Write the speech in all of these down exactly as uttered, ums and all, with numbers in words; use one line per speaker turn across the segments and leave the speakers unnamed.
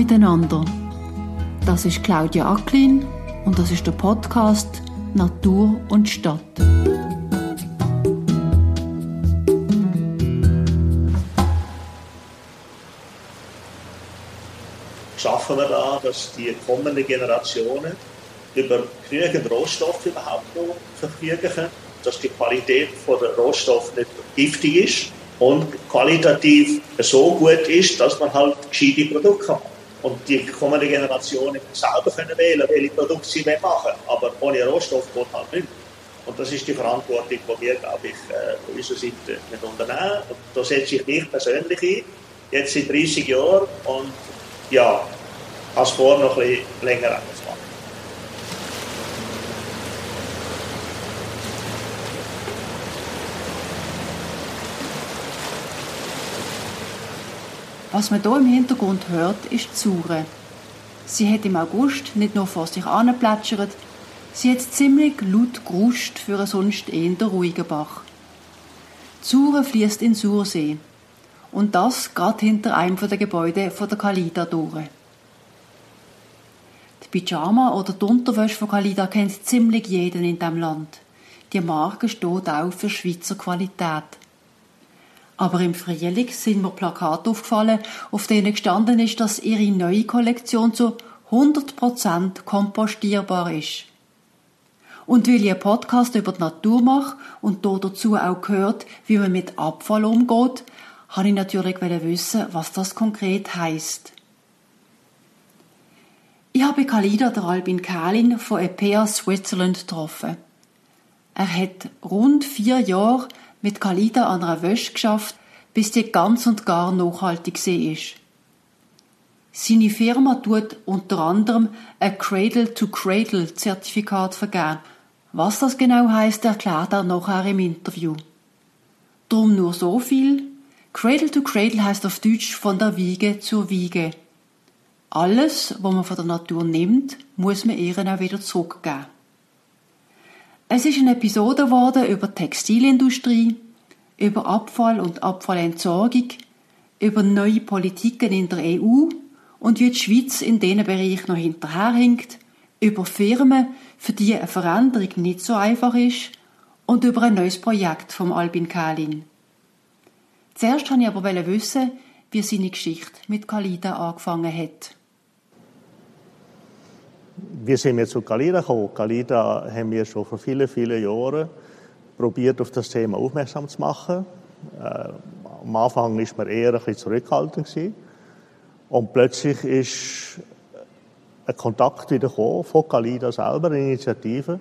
miteinander. Das ist Claudia Acklin und das ist der Podcast Natur und Stadt.
Schaffen wir da, dass die kommenden Generationen über genügend Rohstoffe überhaupt noch verfügen können, dass die Qualität der Rohstoffe nicht giftig ist und qualitativ so gut ist, dass man halt gescheite Produkte hat. Und die kommenden Generationen selber können wählen, welche Produkte sie machen wollen. Aber ohne Rohstoff geht halt nicht. Und das ist die Verantwortung, die wir, glaube ich, von unserer Seite mit unternehmen. Und da setze ich mich persönlich ein, jetzt seit dreißig Jahren. Und ja, als vor noch ein bisschen länger angefangen.
Was man hier im Hintergrund hört, ist die Sure. Sie hat im August nicht nur vor sich angeplätschert, sie hat ziemlich laut geruscht für einen sonst eher ruhigen Bach. Die Sure fließt in den Sursee. Und das gerade hinter einem der Gebäude von der Calida durch. Die Pyjama oder die Unterwäsche von Calida kennt ziemlich jeden in diesem Land. Die Marke steht auch für Schweizer Qualität. Aber im Frühling sind mir Plakate aufgefallen, auf denen gestanden ist, dass ihre neue Kollektion zu hundert Prozent kompostierbar ist. Und weil ich einen Podcast über die Natur mache und da dazu auch gehört, wie man mit Abfall umgeht, wollte ich natürlich wissen, was das konkret heisst. Ich habe Calida der Albin Kählin von E P A Switzerland getroffen. Er hat rund vier Jahre mit Calida an einer Wäsche geschafft, bis die ganz und gar nachhaltig war. Seine Firma tut unter anderem ein Cradle-to-Cradle-Zertifikat vergeben. Was das genau heisst, erklärt er nachher im Interview. Drum nur so viel. Cradle-to-Cradle heisst auf Deutsch von der Wiege zur Wiege. Alles, was man von der Natur nimmt, muss man ihr auch wieder zurückgeben. Es ist eine Episode geworden über die Textilindustrie, über Abfall und Abfallentsorgung, über neue Politiken in der E U und wie die Schweiz in diesen Bereichen noch hinterherhinkt, über Firmen, für die eine Veränderung nicht so einfach ist und über ein neues Projekt vom Albin Kählin. Zuerst wollte ich aber wissen, wie seine Geschichte mit Calida angefangen hat.
Wie sind wir zu Calida gekommen? Calida haben wir schon vor vielen, vielen Jahren probiert, auf das Thema aufmerksam zu machen. Äh, am Anfang war man eher ein bisschen zurückhaltend gewesen. Und plötzlich ist ein Kontakt wieder gekommen von Calida selber, eine Initiative.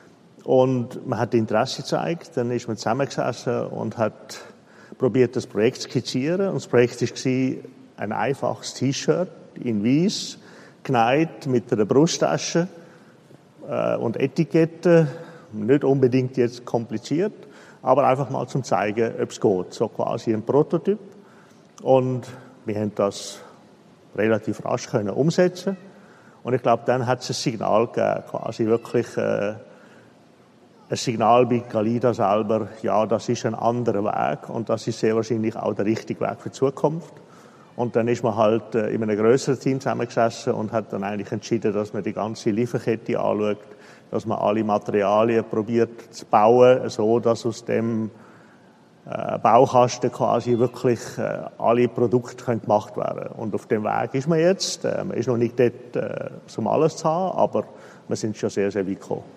Und man hat Interesse gezeigt. Dann ist man zusammengesessen und hat probiert, das Projekt zu skizzieren. Und das Projekt war ein einfaches T-Shirt in Weiss, genäht mit einer Brusttasche äh, und Etiketten. Nicht unbedingt jetzt kompliziert, aber einfach mal zum zeigen, ob es geht. So quasi ein Prototyp. Und wir haben das relativ rasch können umsetzen. Und ich glaube, dann hat es ein Signal gegeben, quasi wirklich äh, ein Signal bei Calida selber, ja, das ist ein anderer Weg und das ist sehr wahrscheinlich auch der richtige Weg für die Zukunft. Und dann ist man halt äh, in einem grösseren Team zusammengesessen und hat dann eigentlich entschieden, dass man die ganze Lieferkette anschaut, dass man alle Materialien probiert zu bauen, so dass aus dem äh, Baukasten quasi wirklich äh, alle Produkte können gemacht werden. Und auf dem Weg ist man jetzt. Äh, man ist noch nicht dort, äh, um alles zu haben, aber wir sind schon sehr, sehr weit gekommen.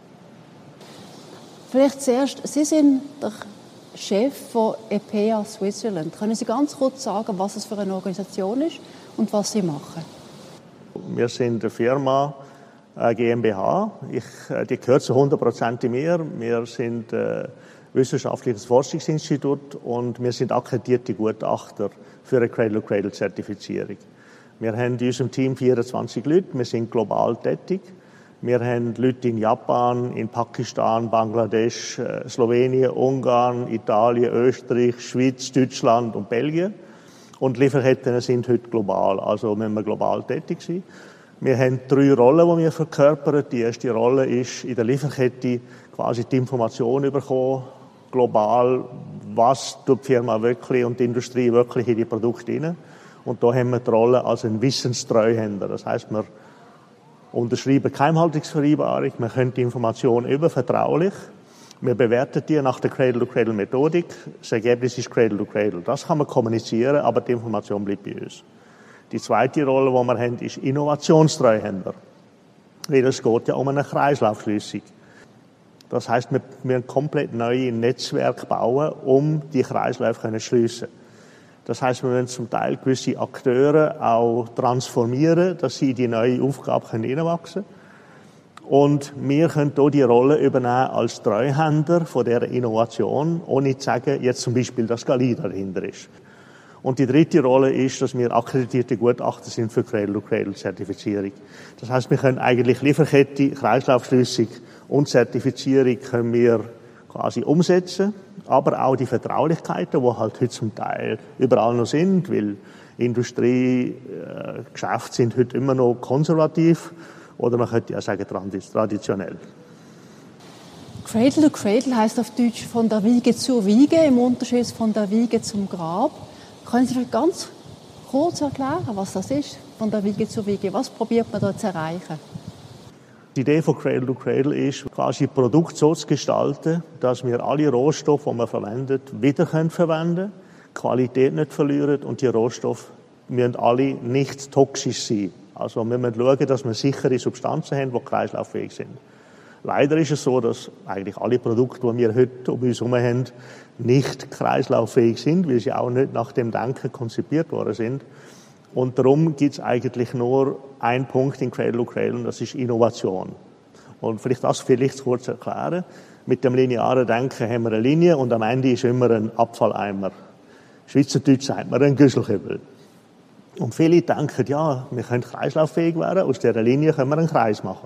Vielleicht zuerst, Sie sind der Chef von E P A Switzerland. Können Sie ganz kurz sagen, was es für eine Organisation ist und was Sie machen?
Wir sind eine Firma, eine GmbH. Ich, die gehört zu hundert Prozent mir. Wir sind ein wissenschaftliches Forschungsinstitut und wir sind akkreditierte Gutachter für eine Cradle-to-Cradle-Zertifizierung. Wir haben in unserem Team vierundzwanzig Leute. Wir sind global tätig. Wir haben Leute in Japan, in Pakistan, Bangladesch, Slowenien, Ungarn, Italien, Österreich, Schweiz, Deutschland und Belgien. Und Lieferketten sind heute global, also müssen wir global tätig sein. Wir haben drei Rollen, die wir verkörpern. Die erste Rolle ist, in der Lieferkette quasi die Information bekommen, global, was tut die Firma wirklich und die Industrie wirklich in die Produkte hinein. Und da haben wir die Rolle als ein Wissenstreuhänder. Das heißt, wir unterschreiben Geheimhaltungsvereinbarung, wir können die Information über vertraulich, wir bewerten die nach der Cradle-to-Cradle-Methodik, das Ergebnis ist Cradle-to-Cradle. Das kann man kommunizieren, aber die Information bleibt bei uns. Die zweite Rolle, die wir haben, ist Innovationstreuhänder. Weil es geht ja um eine Kreislaufschliessung. Das heißt, wir müssen komplett neue Netzwerke bauen, um die Kreisläufe zu schliessen. Das heißt, wir müssen zum Teil gewisse Akteure auch transformieren, dass sie in die neue Aufgabe hineinwachsen können. Und wir können hier die Rolle übernehmen als Treuhänder von dieser Innovation, ohne zu sagen, jetzt zum Beispiel, dass Galida dahinter ist. Und die dritte Rolle ist, dass wir akkreditierte Gutachter sind für Cradle-to-Cradle-Zertifizierung. Das heißt, wir können eigentlich Lieferkette, Kreislaufschliessung und Zertifizierung können wir quasi umsetzen, aber auch die Vertraulichkeiten, die halt heute zum Teil überall noch sind, weil Industrie, äh, Geschäfte sind heute immer noch konservativ oder man könnte ja sagen traditionell.
Cradle to Cradle heisst auf Deutsch von der Wiege zur Wiege, im Unterschied von der Wiege zum Grab. Können Sie vielleicht ganz kurz erklären, was das ist, von der Wiege zur Wiege? Was probiert man da zu erreichen?
Die Idee von Cradle to Cradle ist, quasi Produkt so zu gestalten, dass wir alle Rohstoffe, die wir verwenden, wieder verwenden können, Qualität nicht verlieren und die Rohstoffe müssen alle nicht toxisch sein. Also wir müssen schauen, dass wir sichere Substanzen haben, die kreislauffähig sind. Leider ist es so, dass eigentlich alle Produkte, die wir heute um uns herum haben, nicht kreislauffähig sind, weil sie auch nicht nach dem Denken konzipiert worden sind. Und darum gibt es eigentlich nur einen Punkt in Cradle to Cradle, und das ist Innovation. Und vielleicht das vielleicht kurz erklären. Mit dem linearen Denken haben wir eine Linie und am Ende ist immer ein Abfalleimer. Schweizerdeutsch sagt man ein Güsselkübel. Und viele denken, ja, wir können kreislauffähig werden, aus dieser Linie können wir einen Kreis machen.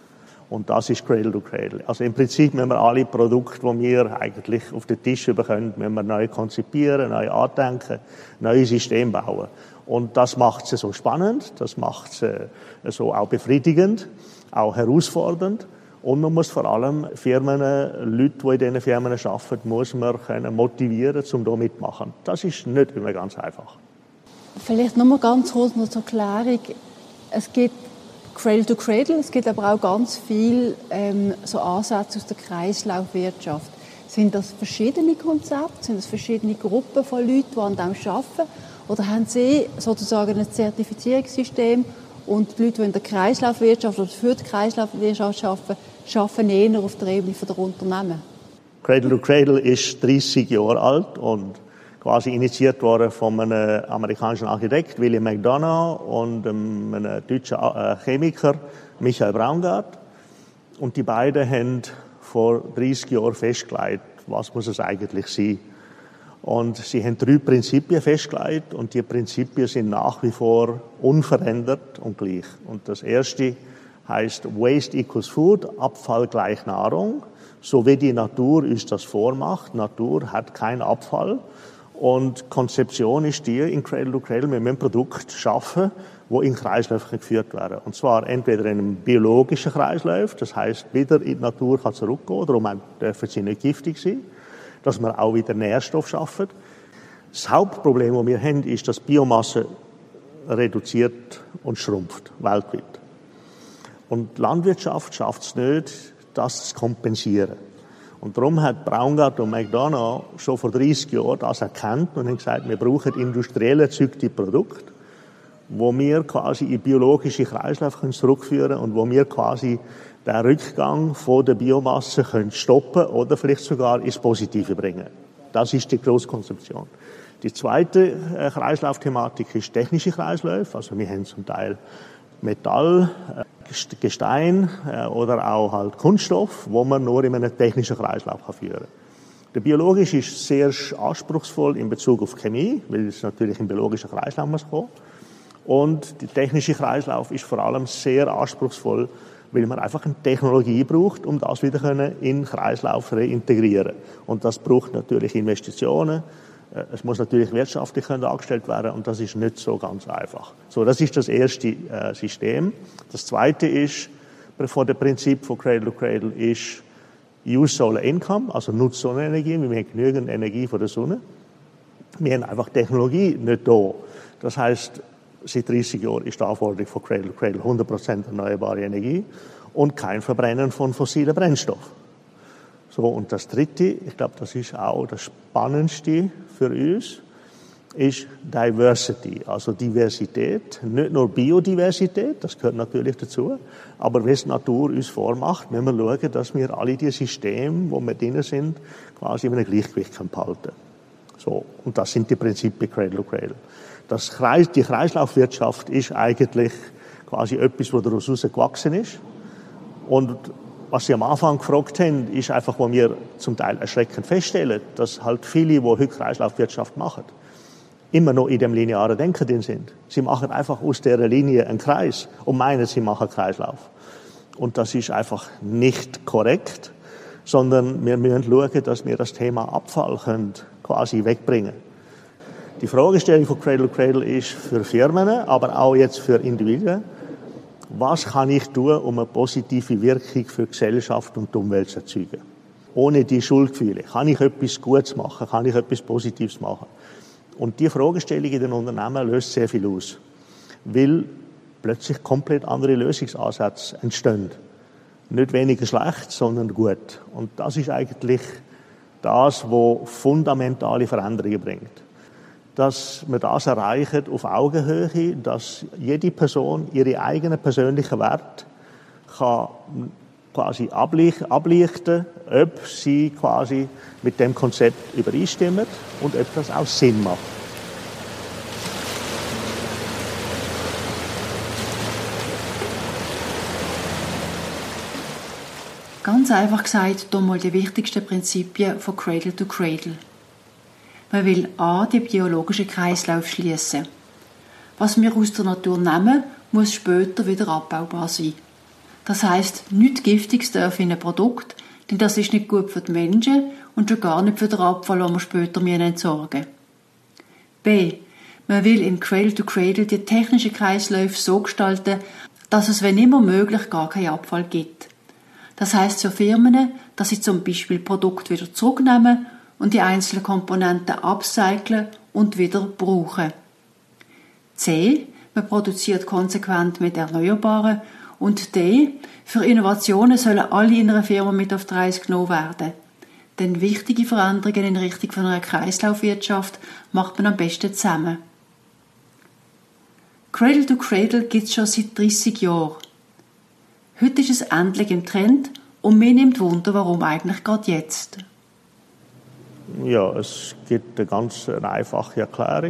Und das ist Cradle to Cradle. Also im Prinzip müssen wir alle Produkte, die wir eigentlich auf den Tisch bekommen, müssen wir neu konzipieren, neu andenken, neue Systeme bauen. Und das macht es so spannend, das macht es so auch befriedigend, auch herausfordernd. Und man muss vor allem Firmen, Leute, die in diesen Firmen arbeiten, muss man können motivieren, um hier mitzumachen. Das ist nicht immer ganz einfach.
Vielleicht noch mal ganz kurz noch zur Klärung. Es gibt Cradle to Cradle, es gibt aber auch ganz viele ähm, so Ansätze aus der Kreislaufwirtschaft. Sind das verschiedene Konzepte? Sind das verschiedene Gruppen von Leuten, die an dem arbeiten? Oder haben Sie sozusagen ein Zertifizierungssystem und die Leute, die in der Kreislaufwirtschaft oder für die Kreislaufwirtschaft arbeiten, arbeiten eher auf der Ebene der Unternehmen?
Cradle to Cradle ist dreißig Jahre alt und quasi initiiert worden von einem amerikanischen Architekt, William McDonough, und einem deutschen Chemiker, Michael Braungart. Und die beiden haben vor dreißig Jahren festgelegt, was muss es eigentlich sein. Und sie haben drei Prinzipien festgelegt und die Prinzipien sind nach wie vor unverändert und gleich. Und das erste heißt Waste equals Food, Abfall gleich Nahrung, so wie die Natur uns das vormacht. Natur hat keinen Abfall. Und Konzeption ist die in Cradle to Cradle, wir müssen Produkte schaffen, die in Kreisläufen geführt werden. Und zwar entweder in einem biologischen Kreislauf, das heisst, wieder in die Natur kann zurückgehen, darum dürfen sie nicht giftig sein, dass wir auch wieder Nährstoff schaffen. Das Hauptproblem, das wir haben, ist, dass Biomasse reduziert und schrumpft, weltweit. Und die Landwirtschaft schafft es nicht, das zu kompensieren. Und darum hat Braungart und McDonough schon vor dreißig Jahren das erkannt und haben gesagt, wir brauchen industriell erzeugte Produkte, wo wir quasi in biologische Kreisläufe zurückführen können und wo wir quasi den Rückgang von der Biomasse können stoppen oder vielleicht sogar ins Positive bringen. Das ist die grosse Konzeption. Die zweite Kreislaufthematik ist technische Kreisläufe. Also wir haben zum Teil Metall, Gestein oder auch halt Kunststoff, wo man nur in einem technischen Kreislauf führen kann. Der biologische ist sehr anspruchsvoll in Bezug auf Chemie, weil es natürlich im biologischen Kreislauf muss kommen. Und der technische Kreislauf ist vor allem sehr anspruchsvoll, weil man einfach eine Technologie braucht, um das wieder in den Kreislauf zu reintegrieren. Und das braucht natürlich Investitionen. Es muss natürlich wirtschaftlich dargestellt werden und das ist nicht so ganz einfach. So, das ist das erste äh, System. Das zweite ist, von dem Prinzip von Cradle to Cradle ist Use Solar Income, also nutze Sonnenenergie, wir haben genügend Energie von der Sonne. Wir haben einfach Technologie nicht da. Das heisst, seit dreißig Jahren ist die Anforderung von Cradle to Cradle hundert Prozent erneuerbare Energie und kein Verbrennen von fossilen Brennstoffen. So, und das Dritte, ich glaube, das ist auch das Spannendste für uns, ist Diversity, also Diversität. Nicht nur Biodiversität, das gehört natürlich dazu, aber wenn es die Natur uns vormacht, müssen wir schauen, dass wir alle die Systeme, wo wir drin sind, quasi in einem Gleichgewicht behalten können. So, und das sind die Prinzipien Cradle to Cradle. Das Kreis, die Kreislaufwirtschaft ist eigentlich quasi etwas, was daraus gewachsen ist. Und was Sie am Anfang gefragt haben, ist einfach, wo wir zum Teil erschreckend feststellen, dass halt viele, die heute Kreislaufwirtschaft machen, immer noch in dem linearen Denken drin sind. Sie machen einfach aus dieser Linie einen Kreis und meinen, sie machen Kreislauf. Und das ist einfach nicht korrekt, sondern wir müssen schauen, dass wir das Thema Abfall können quasi wegbringen. Die Fragestellung von Cradle to Cradle ist für Firmen, aber auch jetzt für Individuen, was kann ich tun, um eine positive Wirkung für die Gesellschaft und die Umwelt zu erzeugen? Ohne die Schuldgefühle. Kann ich etwas Gutes machen? Kann ich etwas Positives machen? Und die Fragestellung in den Unternehmen löst sehr viel aus, weil plötzlich komplett andere Lösungsansätze entstehen. Nicht weniger schlecht, sondern gut. Und das ist eigentlich das, was fundamentale Veränderungen bringt. Dass wir das erreichen auf Augenhöhe, dass jede Person ihre eigenen persönlichen Werte kann quasi ablichten, ob sie quasi mit dem Konzept übereinstimmen und ob das auch Sinn macht.
Ganz einfach gesagt, hier mal die wichtigsten Prinzipien von Cradle to Cradle. Man will a. den biologischen Kreislauf schließen. Was wir aus der Natur nehmen, muss später wieder abbaubar sein. Das heisst, nichts Giftiges darf in ein Produkt, denn das ist nicht gut für die Menschen und schon gar nicht für den Abfall, den wir später entsorgen müssen. B. Man will in Cradle to Cradle die technischen Kreisläufe so gestalten, dass es, wenn immer möglich, gar keinen Abfall gibt. Das heisst für Firmen, dass sie zum Beispiel Produkte wieder zurücknehmen und die einzelnen Komponenten upcyclen und wieder brauchen. C. Man produziert konsequent mit Erneuerbaren. Und D. Für Innovationen sollen alle in einer Firma mit auf die Reise genommen werden. Denn wichtige Veränderungen in Richtung von einer Kreislaufwirtschaft macht man am besten zusammen. Cradle to Cradle gibt es schon seit dreissig Jahren. Heute ist es endlich im Trend und mir nimmt Wunder, warum eigentlich gerade jetzt.
Ja, es gibt eine ganz einfache Erklärung.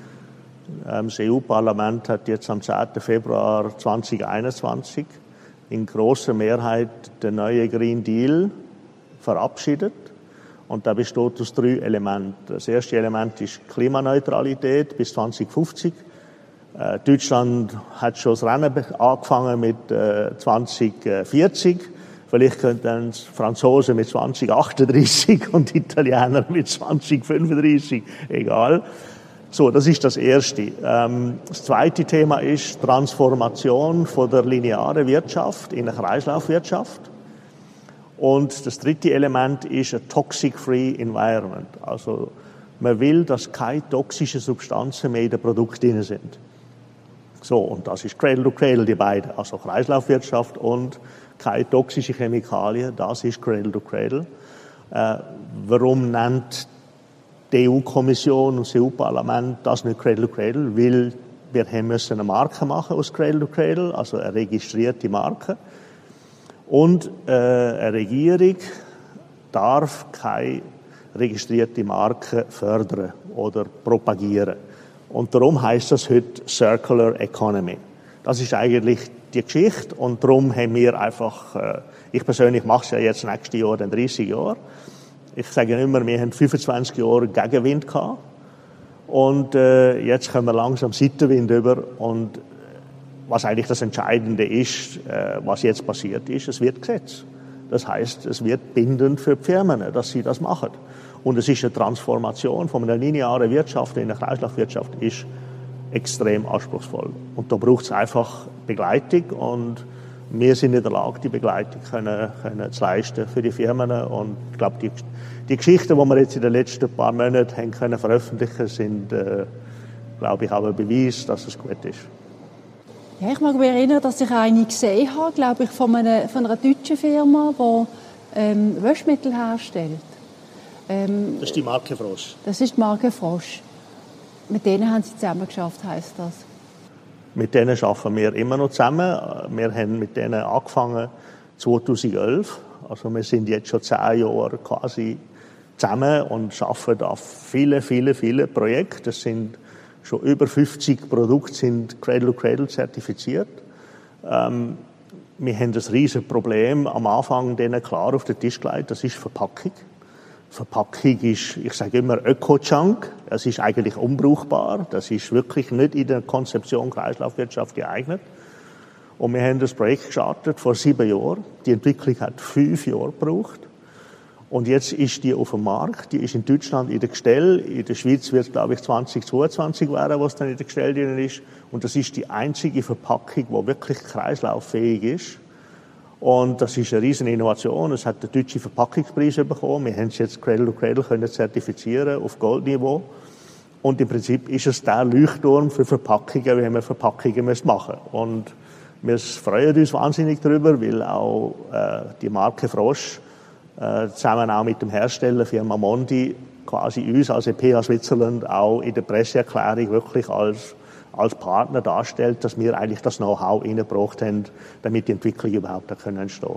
Das E U-Parlament hat jetzt am zehnten Februar zweitausendeinundzwanzig in grosser Mehrheit den neuen Green Deal verabschiedet. Und der besteht aus drei Elementen. Das erste Element ist Klimaneutralität bis zweitausendfünfzig. Äh, Deutschland hat schon das Rennen angefangen mit äh, zweitausendvierzig. Vielleicht können dann die Franzosen mit zweitausendachtunddreißig und die Italiener mit zweitausendfünfunddreißig. Egal. So, das ist das Erste. Ähm, das zweite Thema ist Transformation von der linearen Wirtschaft in eine Kreislaufwirtschaft. Und das dritte Element ist ein toxic-free environment. Also man will, dass keine toxischen Substanzen mehr in den Produkten drin sind. So, und das ist Cradle to Cradle, die beiden. Also Kreislaufwirtschaft und keine toxischen Chemikalien, das ist Cradle to Cradle. Äh, warum nennt die E U-Kommission und das E U-Parlament das nicht Cradle to Cradle? Weil wir haben müssen eine Marke machen aus Cradle to Cradle, also eine registrierte Marke. Und äh, eine Regierung darf keine registrierte Marke fördern oder propagieren. Und darum heißt das heute Circular Economy. Das ist eigentlich die Geschichte und darum haben wir einfach, äh, ich persönlich mache es ja jetzt nächstes Jahr, dann dreißig Jahre. Ich sage immer, wir haben fünfundzwanzig Jahre Gegenwind gehabt und äh, jetzt kommen wir langsam Seitenwind über und was eigentlich das Entscheidende ist, äh, was jetzt passiert ist, es wird Gesetz. Das heißt, es wird bindend für die Firmen, dass sie das machen. Und es ist eine Transformation von einer linearen Wirtschaft in eine Kreislaufwirtschaft, ist extrem anspruchsvoll. Und da braucht es einfach Begleitung und wir sind in der Lage, die Begleitung können, können zu leisten für die Firmen. Und ich glaube, die, die Geschichten, die wir jetzt in den letzten paar Monaten haben können veröffentlichen, sind, äh, glaube ich, auch ein Beweis, dass es gut ist.
Ja, ich mag mich erinnern, dass ich eine gesehen habe, glaube ich, von einer, von einer deutschen Firma, die ähm, Waschmittel herstellt. Ähm,
das ist die Marke Frosch.
Das ist die Marke Frosch. Mit denen haben Sie zusammen geschafft, heisst das?
Mit denen arbeiten wir immer noch zusammen. Wir haben mit denen angefangen zweitausendelf. Also wir sind jetzt schon zehn Jahre quasi zusammen und arbeiten auf viele, viele, viele Projekte. Es sind schon über fünfzig Produkte sind Cradle to Cradle zertifiziert. Ähm, wir haben das riesige Problem am Anfang denen klar auf den Tisch gelegt, das ist Verpackung. Verpackung ist, ich sage immer, Öko-Junk. Es ist eigentlich unbrauchbar. Das ist wirklich nicht in der Konzeption Kreislaufwirtschaft geeignet. Und wir haben das Projekt gestartet vor sieben Jahren. Die Entwicklung hat fünf Jahre gebraucht. Und jetzt ist die auf dem Markt. Die ist in Deutschland in der Gestell. In der Schweiz wird es, glaube ich, zwanzig zweiundzwanzig werden, was dann in der Gestell drin ist. Und das ist die einzige Verpackung, die wirklich kreislauffähig ist. Und das ist eine riesen Innovation. Es hat den deutschen Verpackungspreis bekommen. Wir haben es jetzt Cradle to Cradle können zertifizieren auf Goldniveau. Und im Prinzip ist es der Leuchtturm für Verpackungen, wie man Verpackungen machen müssen. Und wir freuen uns wahnsinnig darüber, weil auch äh, die Marke Frosch äh, zusammen auch mit dem Hersteller Firma Mondi quasi uns als E P H Switzerland auch in der Presseerklärung wirklich als als Partner darstellt, dass wir eigentlich das Know-how reingebracht haben, damit die Entwicklung überhaupt entstehen kann.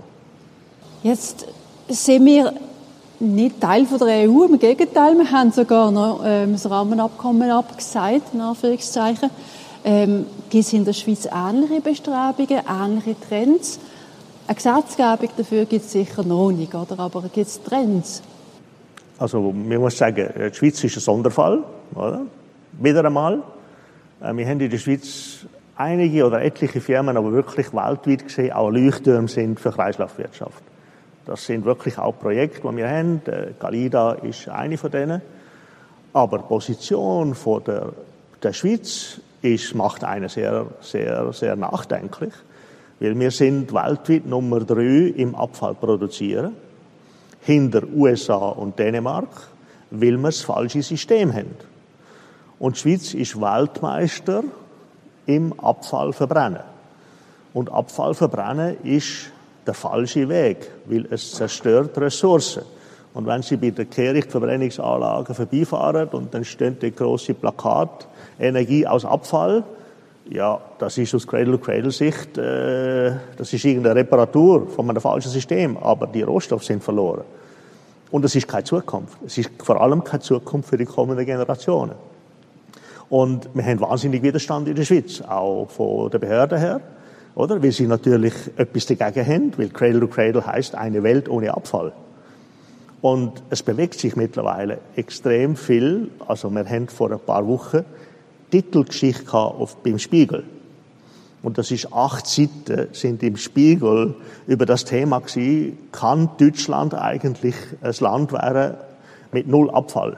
Jetzt sind wir nicht Teil von der E U, im Gegenteil, wir haben sogar noch ähm, das Rahmenabkommen abgesagt, in Anführungszeichen. Ähm, gibt es in der Schweiz ähnliche Bestrebungen, ähnliche Trends? Eine Gesetzgebung dafür gibt es sicher noch nicht, oder? Aber gibt es Trends?
Also, man muss sagen, die Schweiz ist ein Sonderfall, oder? Wieder einmal. Wir haben in der Schweiz einige oder etliche Firmen, aber wirklich weltweit gesehen auch Leuchttürme sind für Kreislaufwirtschaft. Das sind wirklich auch Projekte, die wir haben. Galida ist eine von denen. Aber die Position von der, der Schweiz ist, macht einen sehr, sehr, sehr nachdenklich. Weil wir sind weltweit Nummer drei im Abfall produzieren. Hinter U S A und Dänemark, weil wir das falsche System haben. Und die Schweiz ist Weltmeister im Abfallverbrennen. Und Abfallverbrennen ist der falsche Weg, weil es zerstört Ressourcen. Und wenn Sie bei der Kehrichtverbrennungsanlage vorbeifahren und dann stehen die grosse Plakat Energie aus Abfall, ja, das ist aus Cradle-to-Cradle-Sicht, äh, das ist irgendeine Reparatur von einem falschen System, aber die Rohstoffe sind verloren. Und es ist keine Zukunft. Es ist vor allem keine Zukunft für die kommenden Generationen. Und wir haben wahnsinnig Widerstand in der Schweiz, auch von der Behörden her, oder? Weil sie natürlich etwas dagegen haben, weil Cradle to Cradle heisst eine Welt ohne Abfall. Und es bewegt sich mittlerweile extrem viel. Also wir haben vor ein paar Wochen Titelgeschichte gehabt auf, beim Spiegel. Und das ist acht Seiten sind im Spiegel über das Thema gewesen, kann Deutschland eigentlich ein Land werden mit null Abfall?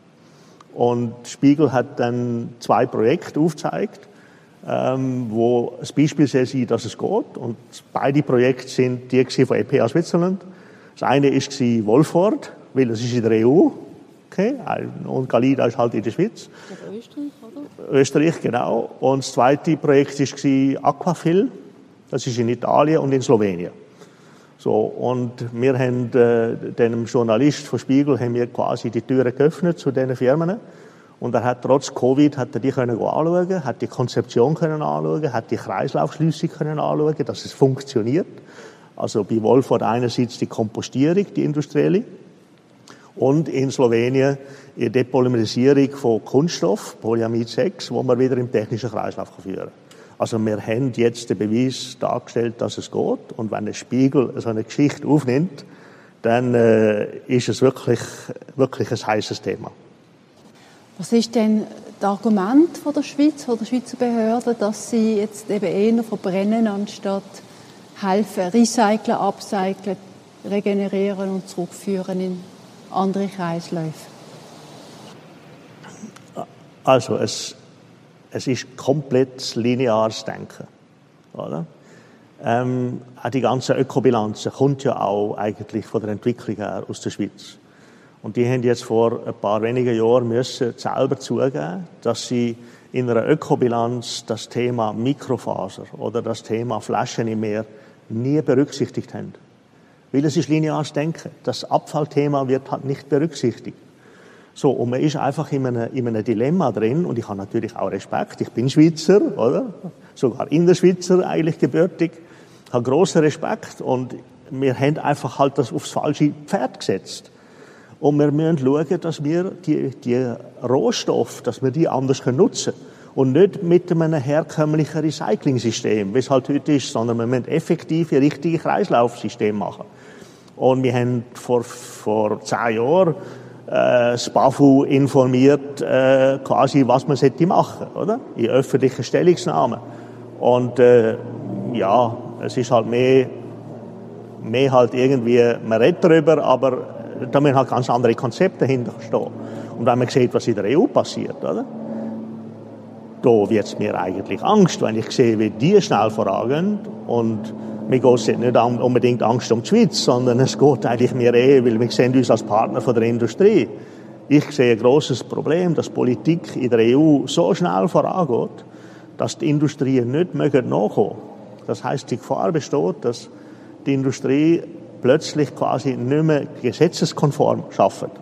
Und Spiegel hat dann zwei Projekte aufgezeigt, ähm, wo das Beispiel soll sein, dass es geht. Und beide Projekte sind die von E P H Switzerland. Das eine war Wolford, weil es ist in der E U. Okay, und Galida ist halt in der Schweiz.
Aber Österreich, oder?
Österreich, genau. Und das zweite Projekt war Aquafil. Das ist in Italien und in Slowenien. So, und wir haben äh, dem Journalist von Spiegel haben wir quasi die Türen geöffnet zu diesen Firmen. Und er hat trotz Covid hat er die können anschauen, hat die Konzeption können anschauen, hat die Kreislaufschliessung können anschauen, dass es funktioniert. Also bei Wolford einerseits die Kompostierung, die industrielle, und in Slowenien die Depolymerisierung von Kunststoff, Polyamid sechs, wo man wieder im technischen Kreislauf führen kann. Also wir haben jetzt den Beweis dargestellt, dass es geht. Und wenn der Spiegel so eine Geschichte aufnimmt, dann äh, ist es wirklich, wirklich ein heißes Thema.
Was ist denn das Argument von der Schweiz, von der Schweizer Behörden, dass sie jetzt eben eher verbrennen, anstatt helfen, recyceln, upcyclen, regenerieren und zurückführen in andere Kreisläufe?
Also es Es ist komplett lineares Denken. Oder? Ähm, auch die ganze Ökobilanz kommt ja auch eigentlich von der Entwicklung her aus der Schweiz. Und die haben jetzt vor ein paar wenigen Jahren müssen selber zugeben, dass sie in einer Ökobilanz das Thema Mikrofaser oder das Thema Flaschen im Meer nie berücksichtigt haben. Weil es ist lineares Denken. Das Abfallthema wird halt nicht berücksichtigt. So, und man ist einfach in einem, in einem Dilemma drin, und ich habe natürlich auch Respekt. Ich bin Schweizer, oder? Sogar Innerschweizer eigentlich gebürtig. Ich habe grossen Respekt, und wir haben einfach halt das aufs falsche Pferd gesetzt. Und wir müssen schauen, dass wir die, die Rohstoffe, dass wir die anders nutzen können. Und nicht mit einem herkömmlichen Recycling-System, wie es halt heute ist, sondern wir müssen effektive, richtige Kreislaufsysteme machen. Und wir haben vor, vor zehn Jahren äh, das BAFU informiert, äh, quasi, was man sollte machen, oder? In öffentlichen Stellungnahmen. Und äh, ja, es ist halt mehr, mehr halt irgendwie, man redet darüber, aber da müssen halt ganz andere Konzepte dahinter stehen. Und wenn man sieht, was in der E U passiert, oder? Da wird es mir eigentlich Angst, wenn ich sehe, wie die schnell vorangehen. Und mir geht es nicht unbedingt Angst um die Schweiz, sondern es geht eigentlich mehr eh, weil wir sehen uns als Partner von der Industrie. Ich sehe ein grosses Problem, dass Politik in der E U so schnell vorangeht, dass die Industrie nicht nachkommen mögen. Das heisst, die Gefahr besteht, dass die Industrie plötzlich quasi nicht mehr gesetzeskonform arbeitet.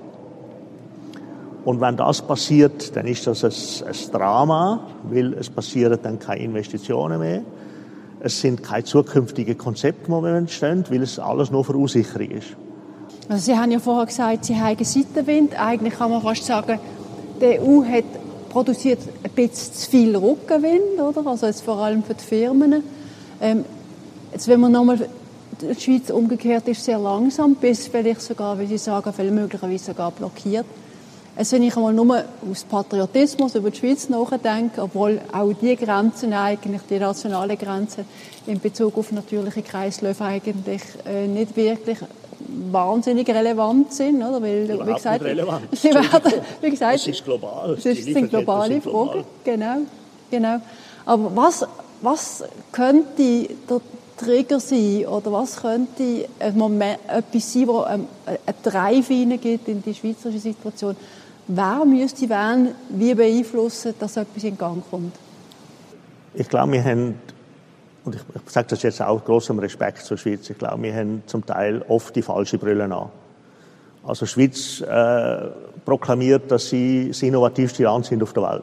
Und wenn das passiert, dann ist das ein, ein Drama, weil es passieren dann keine Investitionen mehr. Es sind keine zukünftigen Konzepte, die wir entstehen, weil es alles nur Verunsicherung ist.
Also Sie haben ja vorher gesagt, Sie haben Seitenwind. Eigentlich kann man fast sagen, die E U hat produziert ein bisschen zu viel Rückenwind, oder? Also jetzt vor allem für die Firmen. Ähm, jetzt, wenn man nochmal die Schweiz umgekehrt ist, sehr langsam, bis vielleicht sogar, wie Sie sagen, möglicherweise sogar blockiert. Also wenn ich einmal nur aus Patriotismus über die Schweiz nachdenke, obwohl auch die Grenzen eigentlich, die nationalen Grenzen in Bezug auf natürliche Kreisläufe eigentlich äh, nicht wirklich wahnsinnig relevant sind, oder? Weil, wie gesagt,
relevant.
Sie werden, wie gesagt,
es ist global.
Es sind globale Fragen, genau, genau. Aber was, was könnte der Trigger sein, oder was könnte ein Moment, etwas sein, wo ein, ein Drive hineingeht in die schweizerische Situation? Wer müsste wen wie beeinflussen, dass etwas in Gang kommt?
Ich glaube, wir haben, und ich, ich sage das jetzt auch mit grossem Respekt zur Schweiz, ich glaube, wir haben zum Teil oft die falsche Brille an. Also die Schweiz äh, proklamiert, dass sie das innovativste Land sind auf der Welt.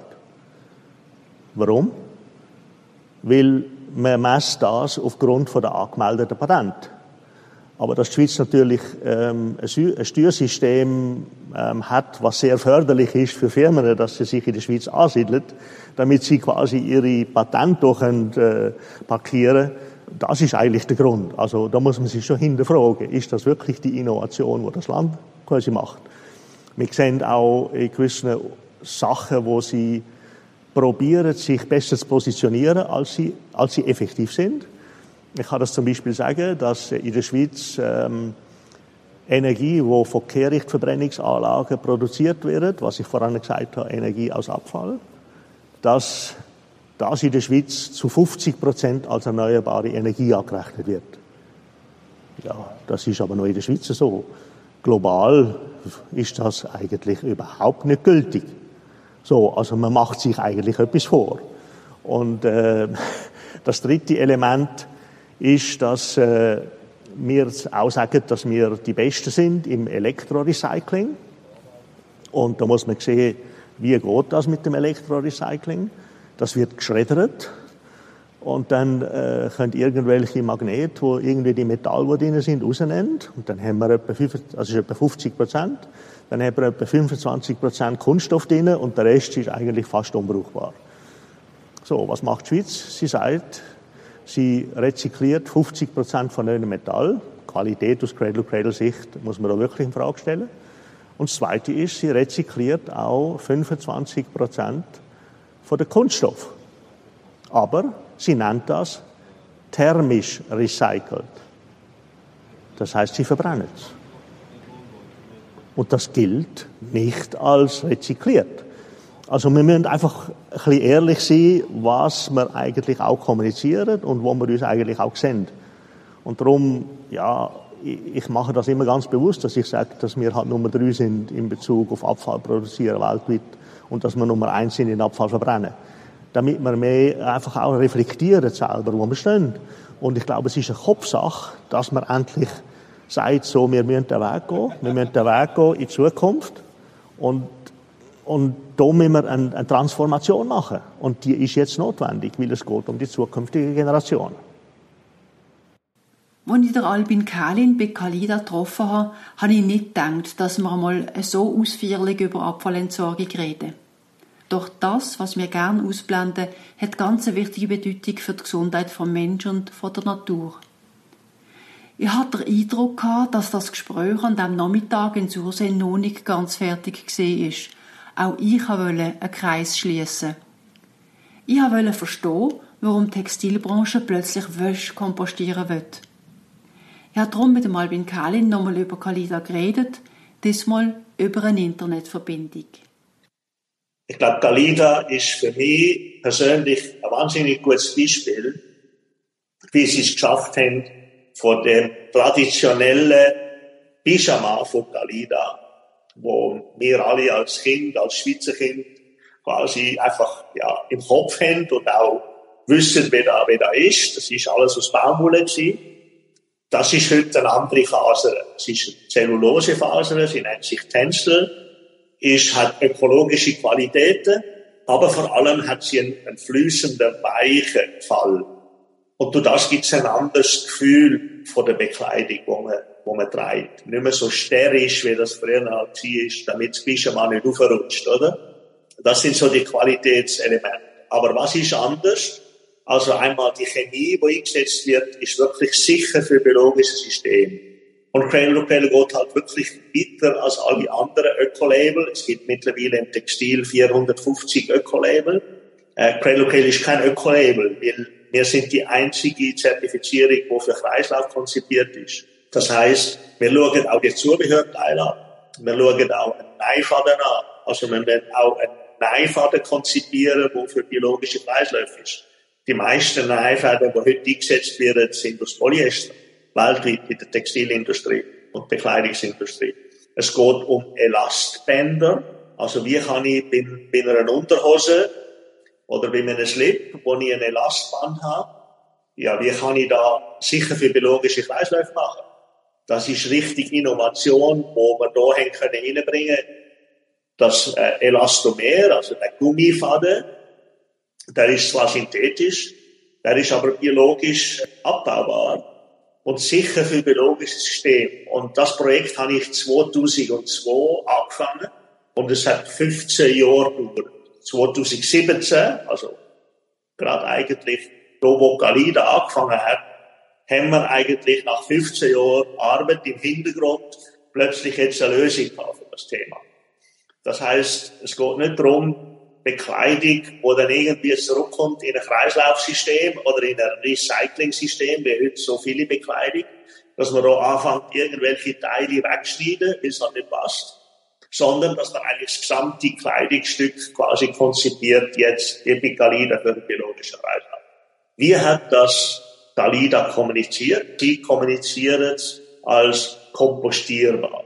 Warum? Weil man messt das aufgrund von der angemeldeten Patente. Aber dass die Schweiz natürlich ähm, ein Steuersystem ähm, hat, was sehr förderlich ist für Firmen, dass sie sich in der Schweiz ansiedeln, damit sie quasi ihre Patente können, äh, parkieren, das ist eigentlich der Grund. Also da muss man sich schon hinterfragen, ist das wirklich die Innovation, die das Land quasi macht? Wir sehen auch in gewissen Sachen, wo sie probieren, sich besser zu positionieren, als sie, als sie effektiv sind. Ich kann das zum Beispiel sagen, dass in der Schweiz ähm, Energie, die von Kehrichtverbrennungsanlagen produziert wird, was ich vorhin gesagt habe, Energie aus Abfall, dass das in der Schweiz zu fünfzig Prozent als erneuerbare Energie angerechnet wird. Ja, das ist aber nur in der Schweiz so. Global ist das eigentlich überhaupt nicht gültig. So, also man macht sich eigentlich etwas vor. Und äh, das dritte Element ist, dass äh, wir auch sagen, dass wir die Besten sind im Elektrorecycling. Und da muss man sehen, wie geht das mit dem Elektrorecycling? Das wird geschreddert und dann äh, könnt irgendwelche Magnete, wo irgendwie die Metalle, die drin sind, rausnehmen. Und dann haben wir etwa, fünfzig, also etwa fünfzig Prozent. Dann haben wir etwa fünfundzwanzig Prozent Kunststoff drin und der Rest ist eigentlich fast unbrauchbar. So, was macht die Schweiz? Sie sagt, sie rezykliert fünfzig Prozent von einem Metall. Qualität aus Cradle-to-Cradle-Sicht muss man da wirklich in Frage stellen. Und das Zweite ist, sie rezykliert auch fünfundzwanzig Prozent von der Kunststoff. Aber sie nennt das thermisch recycelt. Das heißt, sie verbrennen es. Und das gilt nicht als rezykliert. Also wir müssen einfach ein bisschen ehrlich sein, was wir eigentlich auch kommunizieren und wo wir uns eigentlich auch sehen. Und darum, ja, ich mache das immer ganz bewusst, dass ich sage, dass wir halt Nummer drei sind in Bezug auf Abfall produzieren weltweit und dass wir Nummer eins sind in Abfall verbrennen. Damit wir mehr einfach auch reflektieren selber, wo wir stehen. Und ich glaube, es ist eine Kopfsache, dass man endlich sagt, so, wir müssen den Weg gehen, wir müssen den Weg gehen in die Zukunft und, und da müssen wir eine, eine Transformation machen. Und die ist jetzt notwendig, weil es geht um die zukünftige Generation.
Als ich den Albin Kählin bei Calida getroffen habe, habe ich nicht gedacht, dass wir einmal so ausführlich über Abfallentsorgung reden. Doch das, was wir gerne ausblenden, hat ganz eine wichtige Bedeutung für die Gesundheit des Menschen und von der Natur. Ich hatte den Eindruck gehabt, dass das Gespräch an diesem Nachmittag in Sursee noch nicht ganz fertig war. Auch ich wollte einen Kreis schliessen. Ich wollte verstehen, warum die Textilbranche plötzlich Wäsche kompostieren will. Ich habe darum mit dem Albin Kählin nochmal über Calida geredet, diesmal über eine Internetverbindung.
Ich glaube, Calida ist für mich persönlich ein wahnsinnig gutes Beispiel, wie sie es geschafft haben, von dem traditionellen Pyjama von Calida, wo wir alle als Kind, als Schweizer Kind quasi einfach ja, im Kopf haben und auch wissen, wer da, wer da ist. Das ist alles aus Baumwolle gewesen. Das ist heute eine andere Faser. Es ist eine Zellulosefaser, sie nennt sich Tencel, ist, hat ökologische Qualitäten, aber vor allem hat sie einen, einen fließenden, weichen Fall. Und durch das gibt es ein anderes Gefühl von der Bekleidung, wo man, wo man trägt. Nicht mehr so sterisch, wie das früher halt war, damit das Pyjama nicht aufrutscht, oder? Das sind so die Qualitätselemente. Aber was ist anders? Also einmal die Chemie, die eingesetzt wird, ist wirklich sicher für biologisches System. Und Cradle to Cradle geht halt wirklich weiter als alle anderen Ökolabel. Es gibt mittlerweile im Textil vierhundertfünfzig Ökolabel. Äh, Cradle to Cradle ist kein Ökolabel, weil wir sind die einzige Zertifizierung, die für Kreislauf konzipiert ist. Das heisst, wir schauen auch die Zubehörteile an. Wir schauen auch einen Neifaden an. Also wir müssen auch einen Neifaden konzipieren, der für biologische Kreisläufe ist. Die meisten Neifäden, die heute eingesetzt werden, sind aus Polyester. Weltweit in der Textilindustrie und Bekleidungsindustrie. Es geht um Elastbänder. Also wie kann ich bei, bei einer Unterhose oder bei einem Slip, wo ich ein Elastband habe, ja, wie kann ich da sicher für biologische Kreisläufe machen? Das ist richtig Innovation, wo wir da haben können reinbringen. Das äh, Elastomer, also der Gummifaden, der ist zwar synthetisch, der ist aber biologisch abbaubar und sicher für biologisches System. Und das Projekt habe ich zweitausendzwei angefangen und es hat fünfzehn Jahre gedauert. zweitausendsiebzehn, also gerade eigentlich da, wo Calida angefangen hat, haben wir eigentlich nach fünfzehn Jahren Arbeit im Hintergrund plötzlich jetzt eine Lösung gehabt für das Thema. Das heisst, es geht nicht darum, Bekleidung, die dann irgendwie zurückkommt in ein Kreislaufsystem oder in ein Recycling-System, wie heute so viele Bekleidung, dass man da anfängt, irgendwelche Teile wegschneiden, weil es halt nicht passt, sondern dass man eigentlich das gesamte Kleidungsstück quasi konzipiert, jetzt bei Calida für den biologischen Kreislauf. Wie hat das Calida kommuniziert? Sie kommunizieren es als kompostierbar.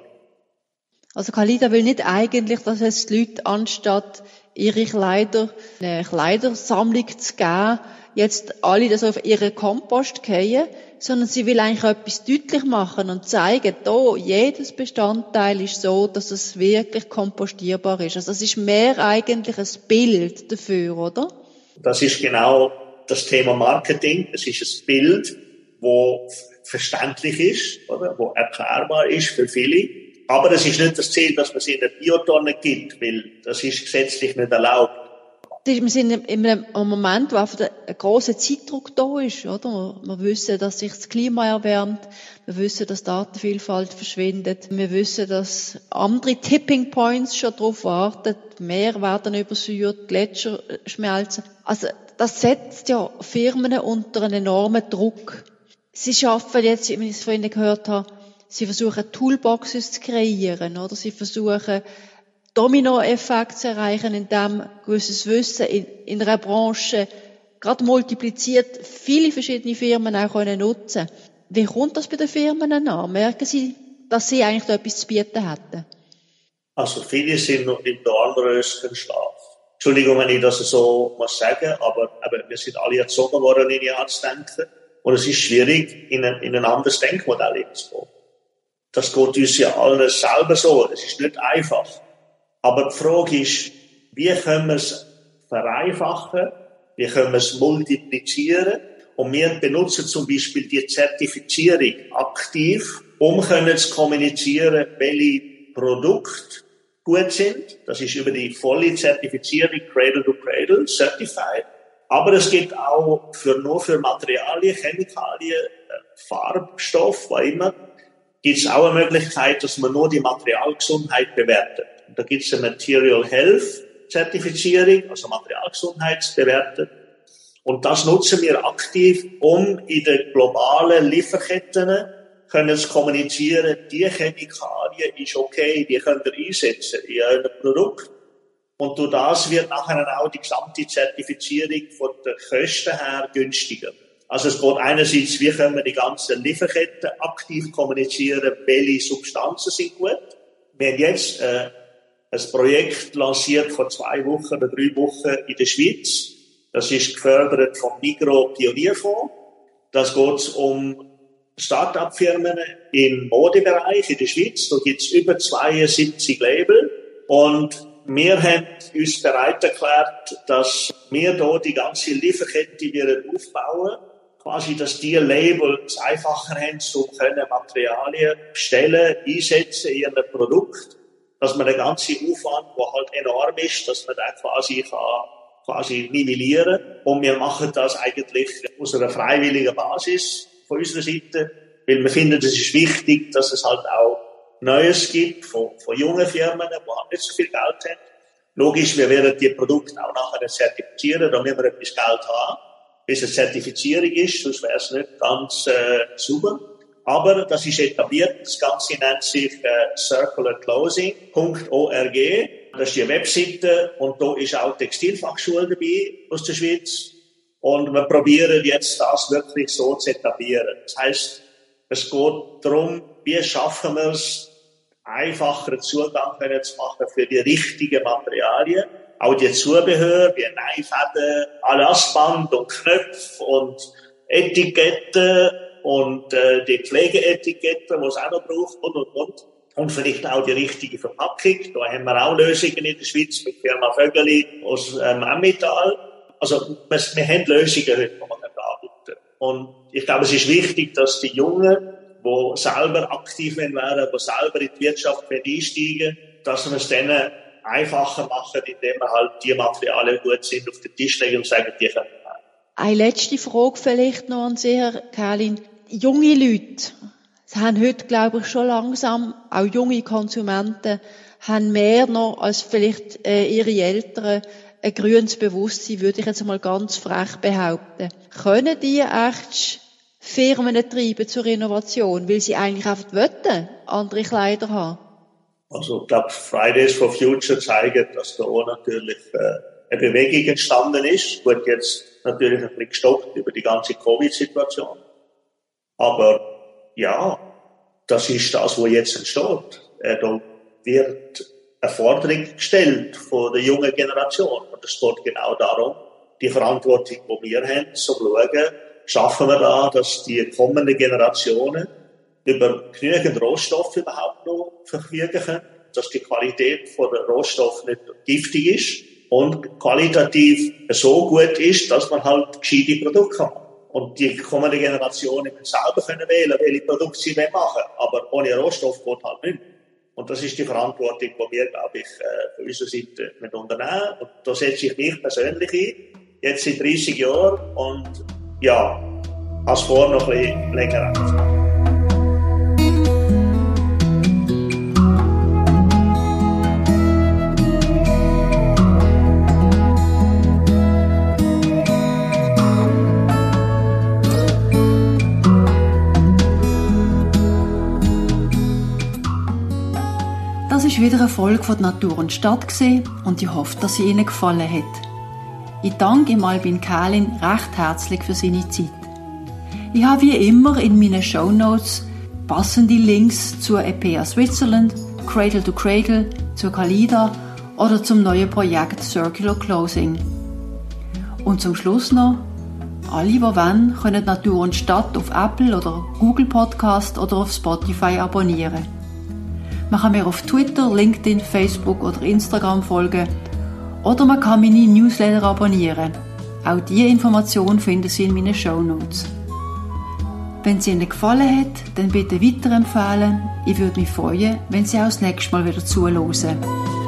Also Calida will nicht eigentlich, dass es die Leute anstatt ihre Kleider, eine Kleidersammlung zu geben, jetzt alle das auf ihren Kompost gehen, sondern sie will eigentlich etwas deutlich machen und zeigen, da, jedes Bestandteil ist so, dass es wirklich kompostierbar ist. Also das ist mehr eigentlich ein Bild dafür, oder?
Das ist genau das Thema Marketing. Es ist ein Bild, wo verständlich ist, oder, wo erklärbar ist für viele. Aber es ist nicht das Ziel, dass man es in der Biotonne gibt, weil das ist gesetzlich nicht erlaubt.
Wir sind in einem Moment, wo einfach ein grosser Zeitdruck da ist, oder? Wir wissen, dass sich das Klima erwärmt. Wir wissen, dass die Artenvielfalt verschwindet. Wir wissen, dass andere Tipping Points schon darauf warten. Die Meere werden übersäuert, Gletscher schmelzen. Also, das setzt ja Firmen unter einen enormen Druck. Sie schaffen jetzt, wie ich es vorhin gehört habe, sie versuchen Toolboxes zu kreieren, oder? Sie versuchen Dominoeffekt zu erreichen, indem gewisses Wissen in, in einer Branche gerade multipliziert viele verschiedene Firmen auch können nutzen. Wie kommt das bei den Firmen an? Merken Sie, dass sie eigentlich da etwas zu bieten hätten?
Also viele sind noch im Dornröschenschlaf. Entschuldigung, wenn ich das so muss sagen, aber, aber wir sind alle erzogen worden, in Jahr zu denken. Und es ist schwierig, in ein, in ein anderes Denkmodell zu kommen. Das geht uns ja allen selber so. Es ist nicht einfach. Aber die Frage ist, wie können wir es vereinfachen? Wie können wir es multiplizieren? Und wir benutzen zum Beispiel die Zertifizierung aktiv, um können zu kommunizieren, welche Produkte gut sind. Das ist über die volle Zertifizierung Cradle to Cradle, Certified. Aber es gibt auch für, nur für Materialien, Chemikalien, Farbstoff, was immer, gibt es auch eine Möglichkeit, dass man nur die Materialgesundheit bewertet. Und da gibt es eine Material Health Zertifizierung, also Materialgesundheitsbewertet. Und das nutzen wir aktiv, um in den globalen Lieferketten können zu kommunizieren, die Chemikalien ist okay, die könnt ihr einsetzen in eurem Produkt. Und durch das wird nachher auch die gesamte Zertifizierung von den Kosten her günstiger. Also es geht einerseits, wie können wir die ganzen Lieferketten aktiv kommunizieren, welche Substanzen sind gut. Wir haben jetzt äh, ein Projekt lanciert vor zwei Wochen oder drei Wochen in der Schweiz. Das ist gefördert vom Migros Pionierfonds. Das geht um Start-up-Firmen im Modebereich in der Schweiz. Da gibt es über zweiundsiebzig Label. Und wir haben uns bereit erklärt, dass wir hier die ganze Lieferkette wieder aufbauen. Quasi, dass die Label es einfacher haben, so können Materialien bestellen, einsetzen in ihrem Produkt. Dass man den ganzen Aufwand, der halt enorm ist, dass man den quasi kann, quasi nivellieren. Und wir machen das eigentlich aus einer freiwilligen Basis von unserer Seite, weil wir finden, es ist wichtig, dass es halt auch Neues gibt von, von jungen Firmen, die halt nicht so viel Geld haben. Logisch, wir werden die Produkte auch nachher zertifizieren, da müssen wir etwas Geld haben, bis eine Zertifizierung ist, sonst wäre es nicht ganz äh, sauber. Aber das ist etabliert, das Ganze nennt sich äh, circular clothing punkt org. Das ist die Webseite und da ist auch die Textilfachschule dabei aus der Schweiz. Und wir probieren jetzt das wirklich so zu etablieren. Das heisst, es geht darum, wie schaffen wir es, einfacheren Zugang zu machen für die richtigen Materialien. Auch die Zubehör, wie Neifäden, Anlassband und Knöpfe und Etiketten und äh, die Pflegeetiketten, die es auch noch braucht und, und, und. Und vielleicht auch die richtige Verpackung. Da haben wir auch Lösungen in der Schweiz mit Firma Vögeli aus ähm, Emmental. Also wir, wir haben Lösungen heute, die man anbieten kann. Und ich glaube, es ist wichtig, dass die Jungen, die selber aktiv werden, die selber in die Wirtschaft einsteigen, dass wir es denen einfacher machen, indem wir halt die Materialien gut sind, auf den Tisch legen und sagen, die können wir.
Eine letzte Frage vielleicht noch an Sie, Herr Kählin. Junge Leute haben heute, glaube ich, schon langsam, auch junge Konsumenten, haben mehr noch als vielleicht äh, ihre Eltern ein grünes Bewusstsein, würde ich jetzt mal ganz frech behaupten. Können die echt Firmen treiben zur Innovation, weil sie eigentlich einfach wollen, andere Kleider haben?
Also ich glaube, Fridays for Future zeigen, dass da auch natürlich äh, eine Bewegung entstanden ist. Gut, jetzt natürlich ein bisschen gestoppt über die ganze Covid-Situation. Aber ja, das ist das, was jetzt entsteht. Äh, da wird eine Forderung gestellt von der jungen Generation. Und es geht genau darum, die Verantwortung, die wir haben, zu schauen, schaffen wir da, dass die kommenden Generationen über genügend Rohstoffe überhaupt noch verfügen können, dass die Qualität von der Rohstoff nicht giftig ist und qualitativ so gut ist, dass man halt gescheite Produkte hat. Und die kommenden Generationen müssen selber können wählen, welche Produkte sie machen wollen. Aber ohne Rohstoff geht halt nicht. Und das ist die Verantwortung, die wir, glaube ich, von unserer Seite mit unternehmen. Und da setze ich mich persönlich ein, jetzt seit dreißig Jahren und ja, als vor noch ein bisschen länger angefangen.
Das ist wieder eine Folge von Natur und Stadt gewesen und ich hoffe, dass sie Ihnen gefallen hat. Ich danke ihm Albin Kählin recht herzlich für seine Zeit. Ich habe wie immer in meinen Shownotes passende Links zur E P A Switzerland, Cradle to Cradle, zur Kalida oder zum neuen Projekt Circular Clothing. Und zum Schluss noch, alle, die wollen, können Natur und Stadt auf Apple oder Google Podcast oder auf Spotify abonnieren. Man kann mir auf Twitter, LinkedIn, Facebook oder Instagram folgen oder man kann meine Newsletter abonnieren. Auch diese Information finden Sie in meinen Shownotes. Wenn es Ihnen gefallen hat, dann bitte weiterempfehlen. Ich würde mich freuen, wenn Sie auch das nächste Mal wieder zuhören.